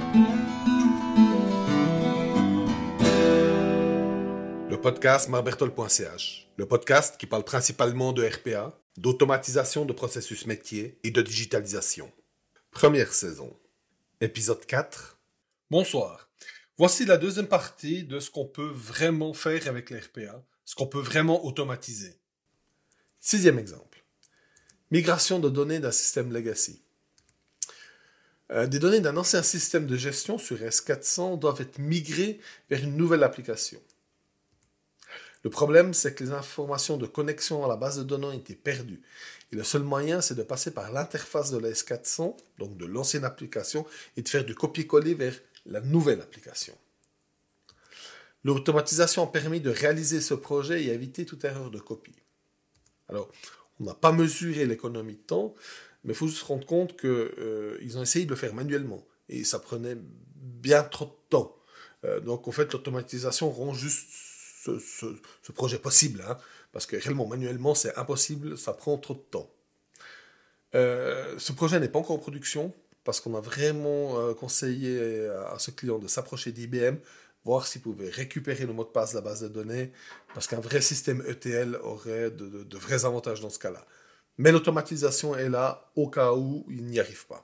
Le podcast marbertol.ch, le podcast qui parle principalement de RPA, d'automatisation de processus métier et de digitalisation. Première saison, épisode 4. Bonsoir. Voici la deuxième partie de ce qu'on peut vraiment faire avec les RPA, ce qu'on peut vraiment automatiser. Sixième exemple. Migration de données d'un système legacy. Des données d'un ancien système de gestion sur S400 doivent être migrées vers une nouvelle application. Le problème, c'est que les informations de connexion à la base de données ont été perdues. Et le seul moyen, c'est de passer par l'interface de la S400, donc de l'ancienne application, et de faire du copier-coller vers la nouvelle application. L'automatisation a permis de réaliser ce projet et éviter toute erreur de copie. Alors, on n'a pas mesuré l'économie de temps, mais il faut juste se rendre compte qu'ils ont essayé de le faire manuellement. Et ça prenait bien trop de temps. Donc, en fait, l'automatisation rend juste ce projet possible, parce que réellement, manuellement, c'est impossible, ça prend trop de temps. Ce projet n'est pas encore en production, parce qu'on a vraiment conseillé à ce client de s'approcher d'IBM, voir s'il pouvait récupérer le mot de passe de la base de données, parce qu'un vrai système ETL aurait de vrais avantages dans ce cas-là. Mais l'automatisation est là au cas où il n'y arrive pas.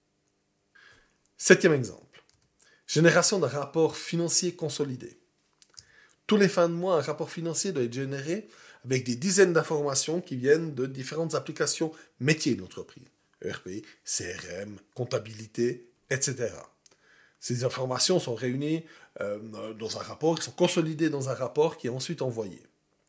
Septième exemple. Génération d'un rapport financier consolidé. Tous les fins de mois, un rapport financier doit être généré avec des dizaines d'informations qui viennent de différentes applications métiers de l'entreprise. ERP, CRM, comptabilité, etc. Ces informations sont réunies dans un rapport, qui sont consolidées dans un rapport qui est ensuite envoyé.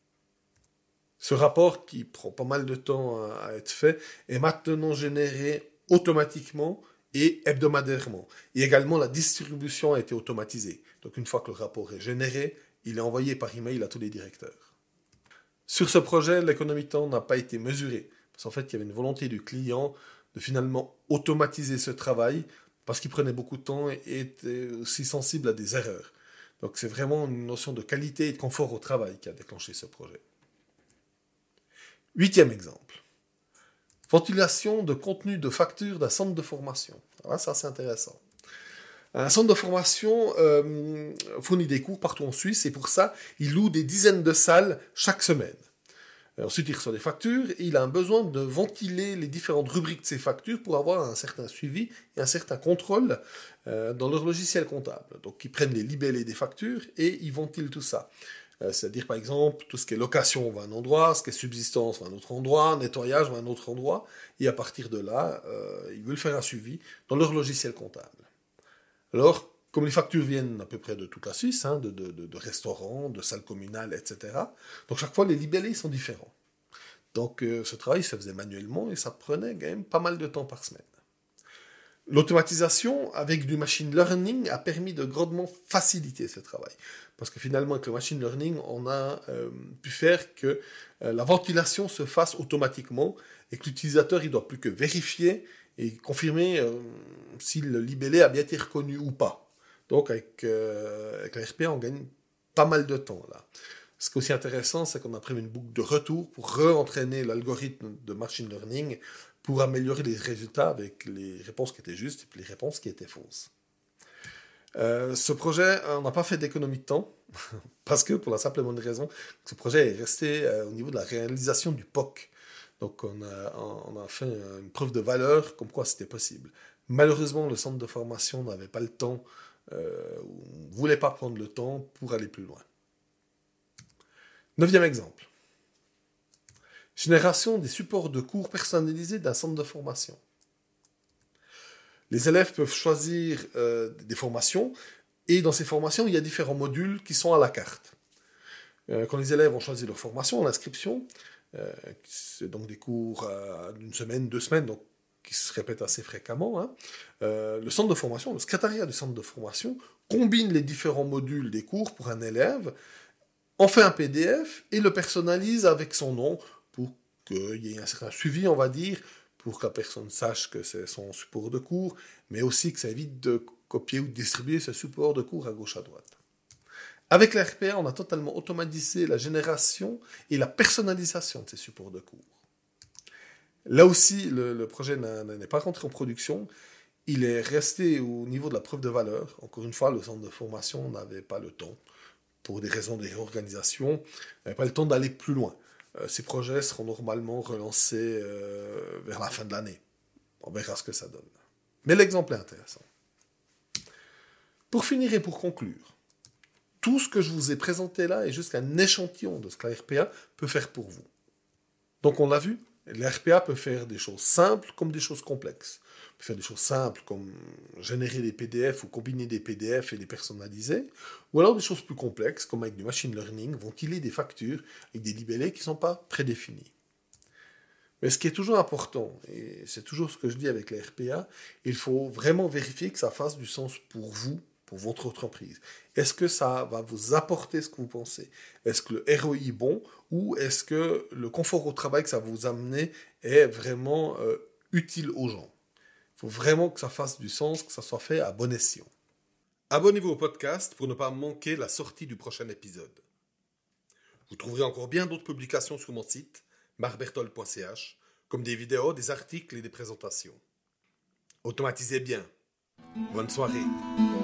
Ce rapport, qui prend pas mal de temps à être fait, est maintenant généré automatiquement et hebdomadairement. Et également, la distribution a été automatisée. Donc, une fois que le rapport est généré, il est envoyé par email à tous les directeurs. Sur ce projet, l'économie de temps n'a pas été mesurée. Parce qu'en fait, il y avait une volonté du client de finalement automatiser ce travail parce qu'il prenait beaucoup de temps et était aussi sensible à des erreurs. Donc, c'est vraiment une notion de qualité et de confort au travail qui a déclenché ce projet. Huitième exemple. Ventilation de contenu de facture d'un centre de formation. Alors ça, c'est intéressant. Un centre de formation fournit des cours partout en Suisse et pour ça, il loue des dizaines de salles chaque semaine. Ensuite, il reçoit des factures et il a un besoin de ventiler les différentes rubriques de ces factures pour avoir un certain suivi et un certain contrôle dans leur logiciel comptable. Donc, ils prennent les libellés des factures et ils ventilent tout ça. C'est-à-dire, par exemple, tout ce qui est location va à un endroit, ce qui est subsistance va à un autre endroit, nettoyage va à un autre endroit. Et à partir de là, ils veulent faire un suivi dans leur logiciel comptable. Alors, comme les factures viennent à peu près de toute la Suisse, de restaurants, de salles communales, etc., donc chaque fois, les libellés sont différents. Donc, ce travail se faisait manuellement et ça prenait quand même pas mal de temps par semaine. L'automatisation avec du machine learning a permis de grandement faciliter ce travail. Parce que finalement, avec le machine learning, on a pu faire que la ventilation se fasse automatiquement et que l'utilisateur ne doit plus que vérifier et confirmer si le libellé a bien été reconnu ou pas. Donc, avec la RPA, on gagne pas mal de temps là. Ce qui est aussi intéressant, c'est qu'on a pris une boucle de retour pour re-entraîner l'algorithme de machine learning pour améliorer les résultats avec les réponses qui étaient justes et puis les réponses qui étaient fausses. Ce projet, on n'a pas fait d'économie de temps, parce que pour la simple et bonne raison que ce projet est resté au niveau de la réalisation du POC. Donc on a fait une preuve de valeur comme quoi c'était possible. Malheureusement, le centre de formation n'avait pas le temps, ou ne voulait pas prendre le temps pour aller plus loin. Neuvième exemple. Génération des supports de cours personnalisés d'un centre de formation. Les élèves peuvent choisir des formations, et dans ces formations, il y a différents modules qui sont à la carte. Quand les élèves ont choisi leur formation, l'inscription, c'est donc des cours d'une semaine, 2 semaines, donc qui se répètent assez fréquemment, le centre de formation, le secrétariat du centre de formation, combine les différents modules des cours pour un élève, en fait un PDF et le personnalise avec son nom pour qu'il y ait un certain suivi, on va dire, pour que la personne sache que c'est son support de cours, mais aussi que ça évite de copier ou de distribuer ce support de cours à gauche à droite. Avec la RPA, on a totalement automatisé la génération et la personnalisation de ces supports de cours. Là aussi, le projet n'est pas rentré en production il est resté au niveau de la preuve de valeur. Encore une fois, le centre de formation n'avait pas le temps, pour des raisons de réorganisation, n'avait pas le temps d'aller plus loin. Ces projets seront normalement relancés vers la fin de l'année. On verra ce que ça donne. Mais l'exemple est intéressant. Pour finir et pour conclure, tout ce que je vous ai présenté là est juste un échantillon de ce que la RPA peut faire pour vous. Donc on l'a vu, la RPA peut faire des choses simples comme des choses complexes. Elle peut faire des choses simples comme générer des PDF ou combiner des PDF et les personnaliser, ou alors des choses plus complexes comme avec du machine learning, ventiler des factures avec des libellés qui ne sont pas prédéfinis. Mais ce qui est toujours important, et c'est toujours ce que je dis avec la RPA, il faut vraiment vérifier que ça fasse du sens pour vous, pour votre entreprise. Est-ce que ça va vous apporter ce que vous pensez? Est-ce que le ROI est bon? Ou est-ce que le confort au travail que ça va vous amener est vraiment utile aux gens? Il faut vraiment que ça fasse du sens, que ça soit fait à bon escient. Abonnez-vous au podcast pour ne pas manquer la sortie du prochain épisode. Vous trouverez encore bien d'autres publications sur mon site, marbertol.ch, comme des vidéos, des articles et des présentations. Automatisez bien. Bonne soirée.